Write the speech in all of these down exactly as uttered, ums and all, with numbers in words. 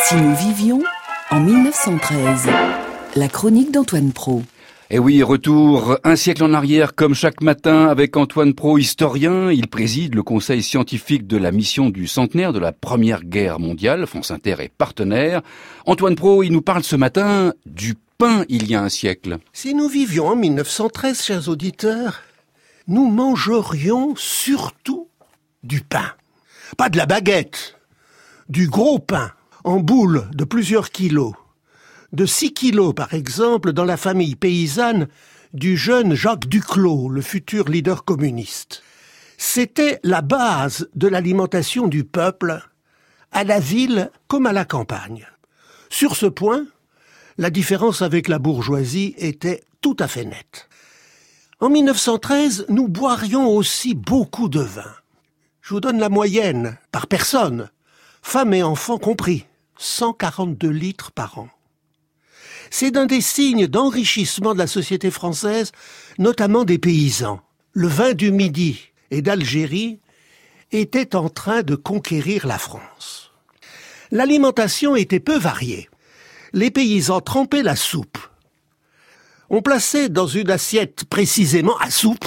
Si nous vivions en mille neuf cent treize, la chronique d'Antoine Pro. Et oui, retour un siècle en arrière, comme chaque matin, avec Antoine Pro, historien. Il préside le conseil scientifique de la mission du centenaire de la Première Guerre mondiale. France Inter est partenaire. Antoine Pro, il nous parle ce matin du pain il y a un siècle. Si nous vivions en mille neuf cent treize, chers auditeurs, nous mangerions surtout du pain. Pas de la baguette, du gros pain, en boule de plusieurs kilos. De six kilos, par exemple, dans la famille paysanne du jeune Jacques Duclos, le futur leader communiste. C'était la base de l'alimentation du peuple, à la ville comme à la campagne. Sur ce point, la différence avec la bourgeoisie était tout à fait nette. En mille neuf cent treize, nous boirions aussi beaucoup de vin. Je vous donne la moyenne, par personne, femmes et enfants compris, cent quarante-deux litres par an. C'est d'un des signes d'enrichissement de la société française, notamment des paysans. Le vin du Midi et d'Algérie était en train de conquérir la France. L'alimentation était peu variée. Les paysans trempaient la soupe. On plaçait dans une assiette précisément à soupe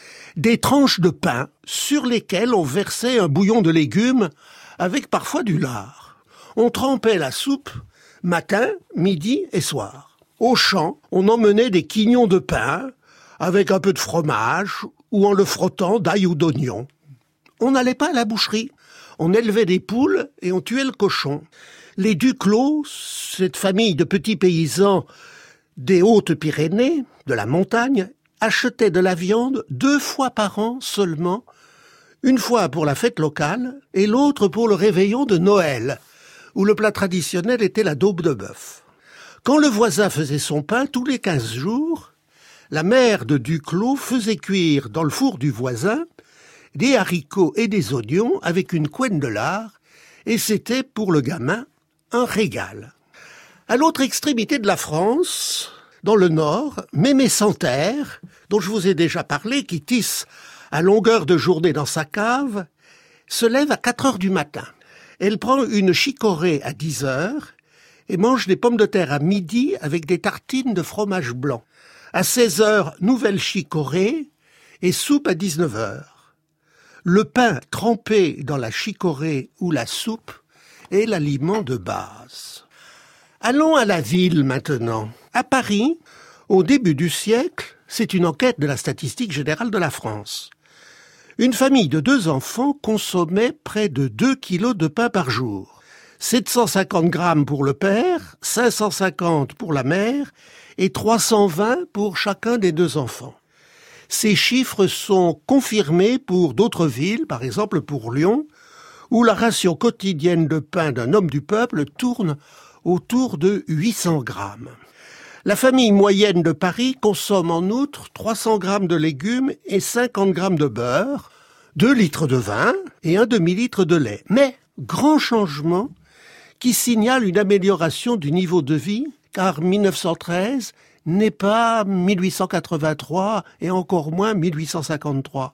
des tranches de pain sur lesquelles on versait un bouillon de légumes avec parfois du lard. On trempait la soupe matin, midi et soir. Au champ, on emmenait des quignons de pain avec un peu de fromage ou en le frottant d'ail ou d'oignon. On n'allait pas à la boucherie. On élevait des poules et on tuait le cochon. Les Duclos, cette famille de petits paysans des Hautes-Pyrénées, de la montagne, achetaient de la viande deux fois par an seulement, une fois pour la fête locale et l'autre pour le réveillon de Noël, où le plat traditionnel était la daube de bœuf. Quand le voisin faisait son pain, tous les quinze jours, la mère de Duclos faisait cuire dans le four du voisin des haricots et des oignons avec une couenne de lard, et c'était pour le gamin un régal. À l'autre extrémité de la France, dans le nord, Mémé Santerre, dont je vous ai déjà parlé, qui tisse à longueur de journée dans sa cave, se lève à quatre heures du matin. Elle prend une chicorée à dix heures et mange des pommes de terre à midi avec des tartines de fromage blanc. À seize heures, nouvelle chicorée et soupe à dix-neuf heures. Le pain trempé dans la chicorée ou la soupe est l'aliment de base. Allons à la ville maintenant. À Paris, au début du siècle, c'est une enquête de la statistique générale de la France. Une famille de deux enfants consommait près de deux kilos de pain par jour. sept cent cinquante grammes pour le père, cinq cent cinquante pour la mère et trois cent vingt pour chacun des deux enfants. Ces chiffres sont confirmés pour d'autres villes, par exemple pour Lyon, où la ration quotidienne de pain d'un homme du peuple tourne autour de huit cents grammes. La famille moyenne de Paris consomme en outre trois cents grammes de légumes et cinquante grammes de beurre, deux litres de vin et un demi-litre de lait. Mais, grand changement qui signale une amélioration du niveau de vie, car mille neuf cent treize n'est pas mille huit cent quatre-vingt-trois et encore moins mille huit cent cinquante-trois.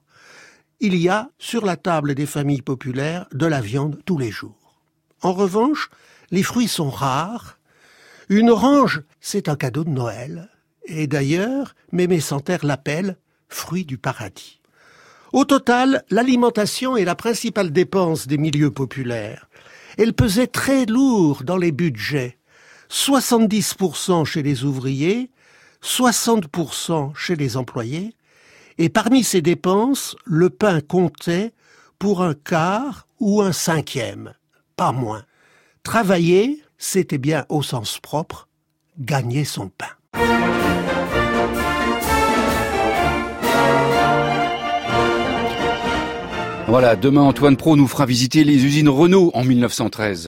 Il y a, sur la table des familles populaires, de la viande tous les jours. En revanche, les fruits sont rares. Une orange, c'est un cadeau de Noël. Et d'ailleurs, Mémé Santerre l'appelle « fruit du paradis ». Au total, l'alimentation est la principale dépense des milieux populaires. Elle pesait très lourd dans les budgets. soixante-dix pour cent chez les ouvriers, soixante pour cent chez les employés. Et parmi ces dépenses, le pain comptait pour un quart ou un cinquième, pas moins. Travailler, c'était bien au sens propre, gagner son pain. Voilà, demain Antoine Pro nous fera visiter les usines Renault en mille neuf cent treize.